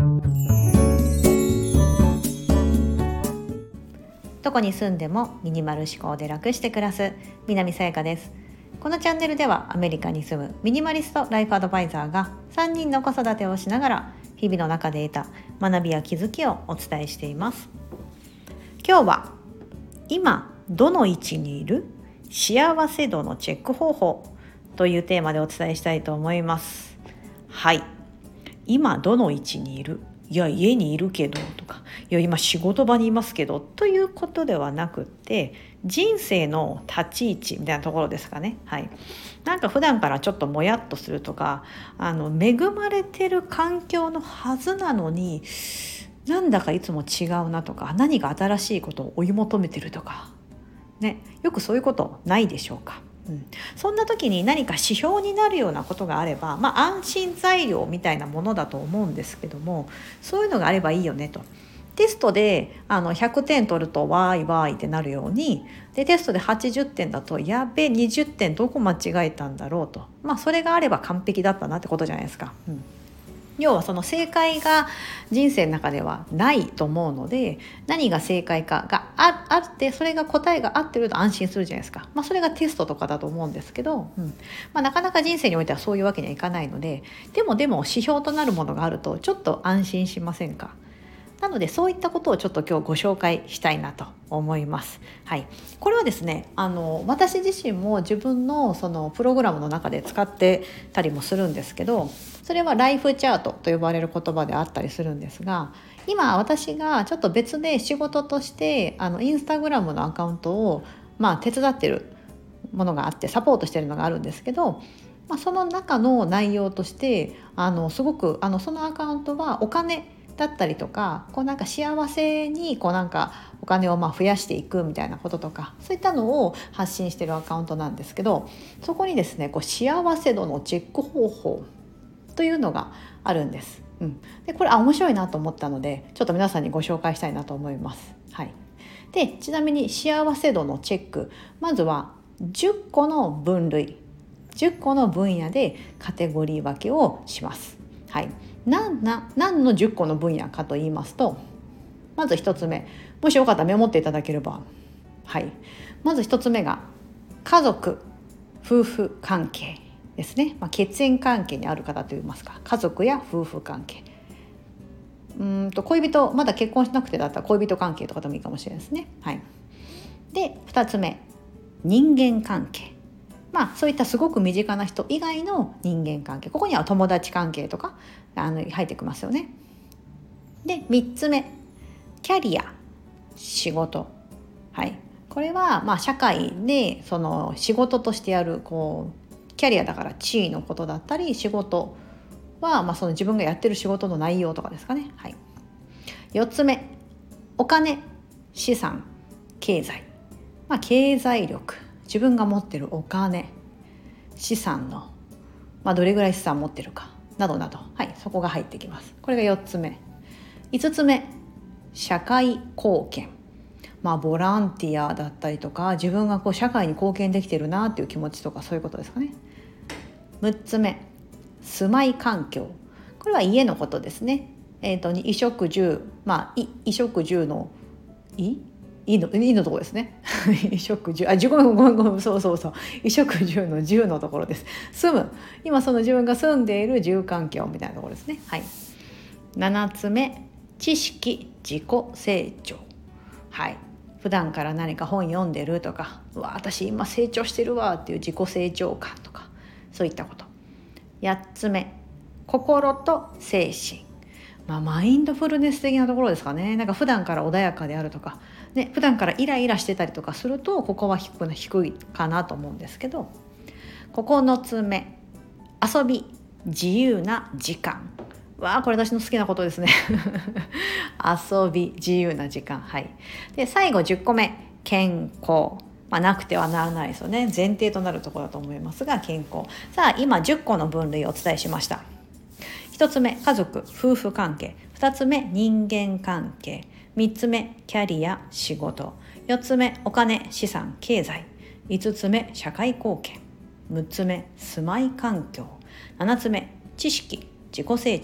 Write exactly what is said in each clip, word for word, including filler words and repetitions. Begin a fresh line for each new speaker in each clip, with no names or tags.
どこに住んでもミニマル思考で楽して暮らす南さやかです。このチャンネルではアメリカに住むミニマリストライフアドバイザーがさんにんの子育てをしながら日々の中で得た学びや気づきをお伝えしています。今日は今どの位置にいる？幸せ度のチェック方法というテーマでお伝えしたいと思います。はい、今どの位置にいる？いや家にいるけどとか、いや今仕事場にいますけどということではなくって、人生の立ち位置みたいなところですかね。はい、なんか普段からちょっともやっとするとか、あの恵まれてる環境のはずなのになんだかいつも違うなとか、何か新しいことを追い求めてるとかね、よくそういうことないでしょうか。うん、そんな時に何か指標になるようなことがあれば、まあ、安心材料みたいなものだと思うんですけども、そういうのがあればいいよねと。テストであのひゃくてん取るとわーいわーいってなるように、でテストではちじゅってんだとやべにじゅってんどこ間違えたんだろうと、まあ、それがあれば完璧だったなってことじゃないですか。うん、要はその正解が人生の中ではないと思うので、何が正解かが あ, あってそれが答えが合ってると安心するじゃないですか。まあ、それがテストとかだと思うんですけど、うんまあ、なかなか人生においてはそういうわけにはいかないので、でもでも指標となるものがあるとちょっと安心しませんか。なのでそういったことをちょっと今日ご紹介したいなと思います。はい、これはですね、あの私自身も自分のそのプログラムの中で使ってたりもするんですけど、それはライフチャートと呼ばれる言葉であったりするんですが、今私がちょっと別で仕事としてあのインスタグラムのアカウントを、まあ、手伝ってるものがあってサポートしてるのがあるんですけど、まあ、その中の内容としてあのすごくあのそのアカウントはお金だったりとか、こうなんか幸せにこうなんかお金をまあ増やしていくみたいなこととか、そういったのを発信しているアカウントなんですけど、そこにですねこう幸せ度のチェック方法というのがあるんです。うん、でこれあ面白いなと思ったのでちょっと皆さんにご紹介したいなと思います。はい、でちなみに幸せ度のチェック、まずはじゅっこの分類じゅっこの分野でカテゴリー分けをします。はい、何, 何のじゅっこの分野かと言いますと、まずひとつめ、もしよかったらメモっていただければ、はい、まずひとつめが家族夫婦関係ですね。まあ、血縁関係にある方といいますか、家族や夫婦関係、うーんと恋人、まだ結婚しなくてだったら恋人関係とかでもいいかもしれないですね。はい、でふたつめ人間関係、まあ、そういったすごく身近な人以外の人間関係、ここには友達関係とかあの入ってきますよね。でみっつめキャリア仕事、はい、これはまあ社会でその仕事としてやるこうキャリアだから地位のことだったり、仕事はまあその自分がやってる仕事の内容とかですかね。はい、よっつめお金資産経済、まあ、経済力、自分が持ってるお金資産の、まあ、どれぐらい資産を持ってるかなどなど、はい、そこが入ってきます。これがよっつめ。いつつめ社会貢献、まあ、ボランティアだったりとか、自分がこう社会に貢献できてるなっていう気持ちとか、そういうことですかね。むっつめ住まい環境、これは家のことですね。えーと、衣食住、まあ衣食住のいいいのいいのところですね。衣食住、あ、ごめんごめんごめん、そうそうそう、衣食住の住のところです。住む、今その自分が住んでいる住環境みたいなところですね。はい。ななつめ知識自己成長、はい、普段から何か本読んでるとか、うわ私今成長してるわっていう自己成長感とか、そういったこと。やっつめ心と精神、まあ、マインドフルネス的なところですかね。なんか普段から穏やかであるとか、ね、普段からイライラしてたりとかすると、ここは低く低いかなと思うんですけど、ここのつめ遊び自由な時間、わあこれ私の好きなことですね。遊び自由な時間、はい。で最後じゅっこめ健康、まあ、なくてはならないですよね。前提となるところだと思いますが、健康。さあ今じゅっこの分類をお伝えしました。ひとつめ家族夫婦関係、ふたつめ人間関係、みっつめキャリア仕事、よっつめお金資産経済、いつつめ社会貢献、むっつめ住まい環境、ななつめ知識自己成長、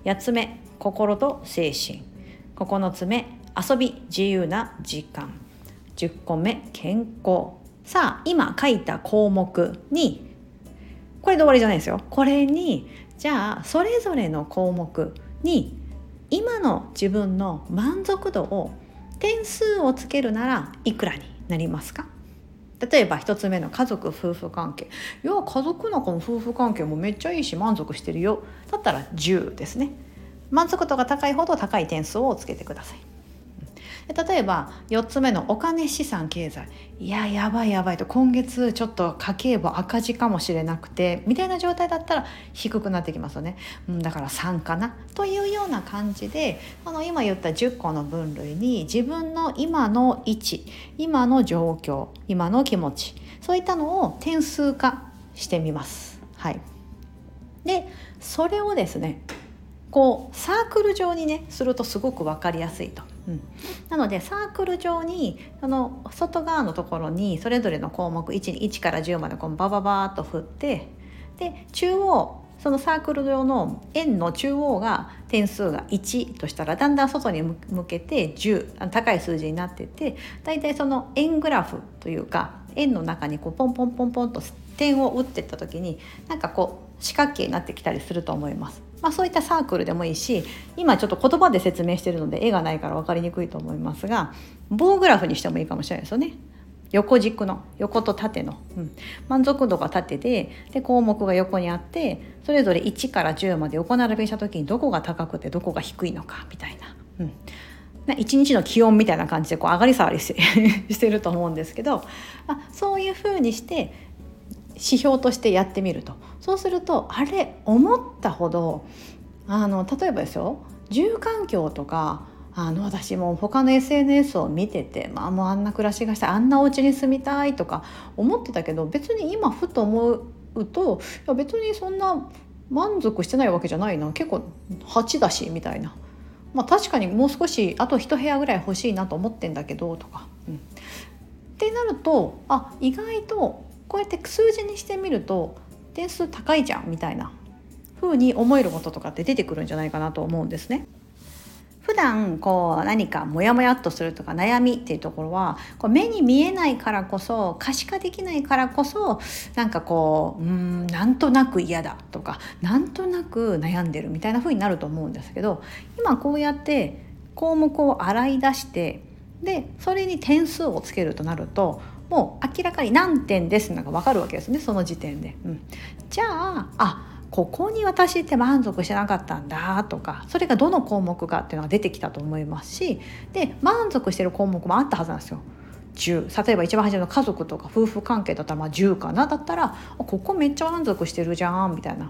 やっつめ心と精神、ここのつめ遊び自由な時間、じゅっこめ健康。さあ今書いた項目にこれで終わりじゃないですよ。これにじゃあそれぞれの項目に今の自分の満足度を点数をつけるならいくらになりますか？例えば一つ目の家族夫婦関係、いや家族の子も夫婦関係もめっちゃいいし満足してるよだったらじゅうですね。満足度が高いほど高い点数をつけてください。例えばよっつめのお金資産経済、いややばいやばいと今月ちょっと家計簿赤字かもしれなくてみたいな状態だったら低くなってきますよね、うん、だからさんかなというような感じで、あの今言ったじゅっこの分類に自分の今の位置、今の状況、今の気持ち、そういったのを点数化してみます。はい。でそれをですねこうサークル状にねするとすごく分かりやすいと、うん、なのでサークル状にその外側のところにそれぞれの項目 いち, いちからじゅうまでこうバババーっと振って、で中央そのサークル状の円の中央が点数がいちとしたらだんだん外に向けてじゅう高い数字になっていて、だいたいその円グラフというか円の中にこうポンポンポンポンと点を打っていった時になんかこう四角形になってきたりすると思います。まあ、そういったサークルでもいいし、今ちょっと言葉で説明しているので絵がないから分かりにくいと思いますが、棒グラフにしてもいいかもしれないですよね。横軸の横と縦の、うん、満足度が縦で、で項目が横にあってそれぞれいちからじゅうまで横並びした時にどこが高くてどこが低いのかみたいな、うん、いちにちの気温みたいな感じでこう上がり下がりしてしてると思うんですけど、まあ、そういう風にして指標としてやってみると、そうするとあれ思ったほどあの例えばですよ、住環境とかあの私も他の エスエヌエス を見てて、まあ、もうあんな暮らしがしたい、あんなお家に住みたいとか思ってたけど、別に今ふと思うといや別にそんな満足してないわけじゃないな、結構はちだしみたいな、まあ、確かにもう少しあと一部屋ぐらい欲しいなと思ってんだけどとか、うん、ってなるとあ意外とこうやって数字にしてみると点数高いじゃんみたいな風に思えることとかって出てくるんじゃないかなと思うんですね。普段こう何かモヤモヤっとするとか悩みっていうところはこう目に見えないからこそ、可視化できないからこそ、なんかこううーんなんとなく嫌だとかなんとなく悩んでるみたいな風になると思うんですけど、今こうやって項目を洗い出してでそれに点数をつけるとなるともう明らかに何点ですなんか分かるわけですね、その時点で、うん、じゃああここに私って満足してなかったんだとか、それがどの項目かっていうのが出てきたと思いますし、で満足してる項目もあったはずなんですよ。じゅう、例えば一番初めの家族とか夫婦関係だったらまあじゅうかな、だったらここめっちゃ満足してるじゃんみたいな、うん、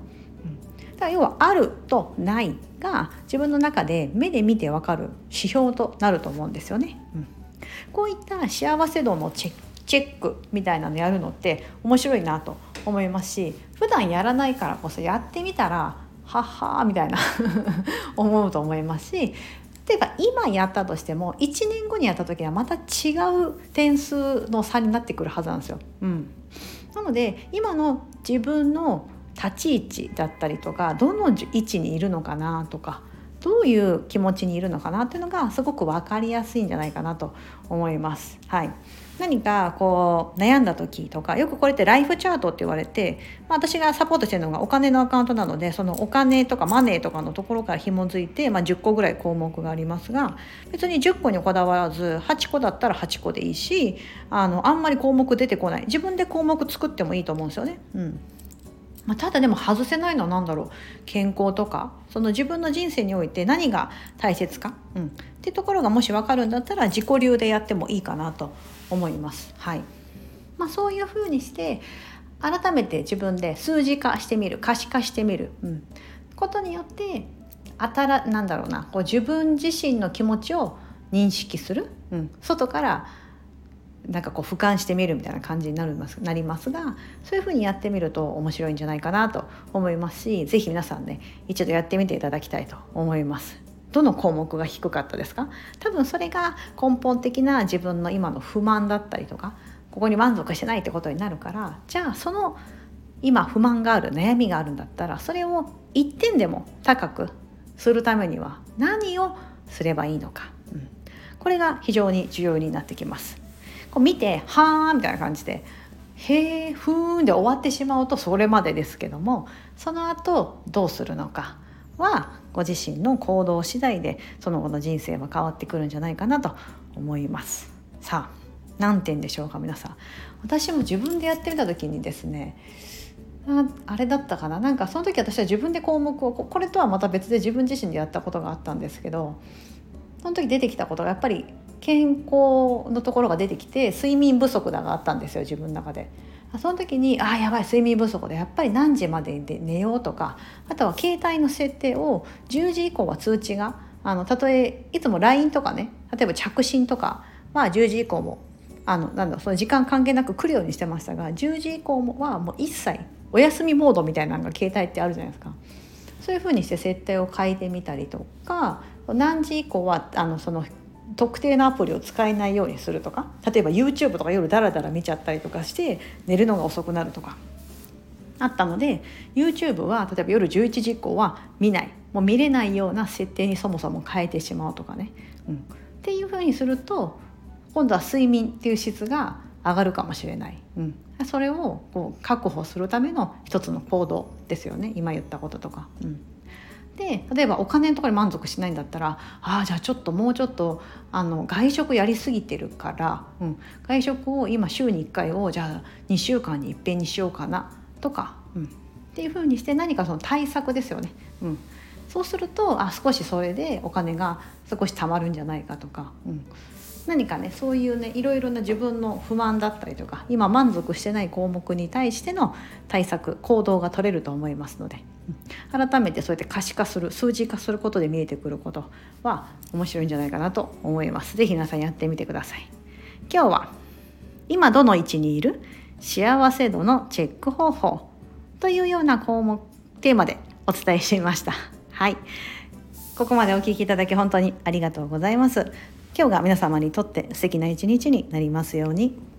だから要はあるとないが自分の中で目で見て分かる指標となると思うんですよね、うん、こういった幸せ度のチェックチェックみたいなのやるのって面白いなと思いますし、普段やらないからこそやってみたらはっはーみたいな思うと思いますし、例えば今やったとしてもいちねんごにやった時はまた違う点数の差になってくるはずなんですよ、うん、なので今の自分の立ち位置だったりとかどの位置にいるのかなとかどういう気持ちにいるのかなっていうのがすごく分かりやすいんじゃないかなと思います。はい。何かこう悩んだ時とか、よくこれってライフチャートって言われて、まあ、私がサポートしてるのがお金のアカウントなので、そのお金とかマネーとかのところから紐づいて、まあ、じゅっこぐらい項目がありますが、別にじゅっこにこだわらずはちこだったらはちこでいいし、あのあんまり項目出てこない、自分で項目作ってもいいと思うんですよね。うんまあ、ただでも外せないのは何だろう、健康とかその自分の人生において何が大切か、うん、ってところがもし分かるんだったら自己流でやってもいいかなと思います。はいまあ、そういうふうにして改めて自分で数字化してみる、可視化してみる、うん、ことによってあたらなんだろうなこう自分自身の気持ちを認識する、うん、外からなんかこう俯瞰してみるみたいな感じになります、なりますが、そういう風にやってみると面白いんじゃないかなと思いますし、ぜひ皆さんね一度やってみていただきたいと思います。どの項目が低かったですか？多分それが根本的な自分の今の不満だったりとか、ここに満足してないってことになるから、じゃあその今不満がある、悩みがあるんだったらそれをいってんでも高くするためには何をすればいいのか、うん、これが非常に重要になってきます。こう見てはーみたいな感じでへーふーんで終わってしまうとそれまでですけども、その後どうするのかはご自身の行動次第でその後の人生は変わってくるんじゃないかなと思います。さあ何点でしょうか皆さん。私も自分でやってみた時にですね、あ, あれだったかな、なんかその時私は自分で項目をこれとはまた別で自分自身でやったことがあったんですけど、その時出てきたことがやっぱり健康のところが出てきて、睡眠不足だがあったんですよ自分の中で。その時にあやばい睡眠不足でやっぱり何時までで寝ようとか、あとは携帯の設定をじゅうじ以降は通知があのたとえいつも ライン とかね、例えば着信とかはじゅうじ以降もあのなんだその時間関係なく来るようにしてましたが、じゅうじ以降はもう一切お休みモードみたいなのが携帯ってあるじゃないですか。そういう風にして設定を変えてみたりとか、何時以降はあのその特定のアプリを使えないようにするとか、例えば YouTube とか夜ダラダラ見ちゃったりとかして寝るのが遅くなるとかあったので、 YouTube は例えば夜じゅういちじ以降は見ない、もう見れないような設定にそもそも変えてしまうとかね、うん、っていう風にすると今度は睡眠っていう質が上がるかもしれない、うん、それをこう確保するための一つの行動ですよね、今言ったこととか、うん、で例えばお金のところに満足しないんだったら、ああじゃあちょっともうちょっとあの外食やりすぎてるから、うん、外食を今週にいっかいをじゃあにしゅうかんにいっぺんにしようかなとか、うん、っていう風にして何かその対策ですよね、うん、そうするとあ少しそれでお金が少し貯まるんじゃないかとか、うん、何かねそういうねいろいろな自分の不満だったりとか今満足してない項目に対しての対策行動が取れると思いますので、うん、改めてそうやって可視化する数字化することで見えてくることは面白いんじゃないかなと思います。ぜひ皆さんやってみてください。今日は今どの位置にいる幸せ度のチェック方法というような項目テーマでお伝えしてみました。はい、ここまでお聞きいただき本当にありがとうございます。今日が皆様にとって素敵な一日になりますように。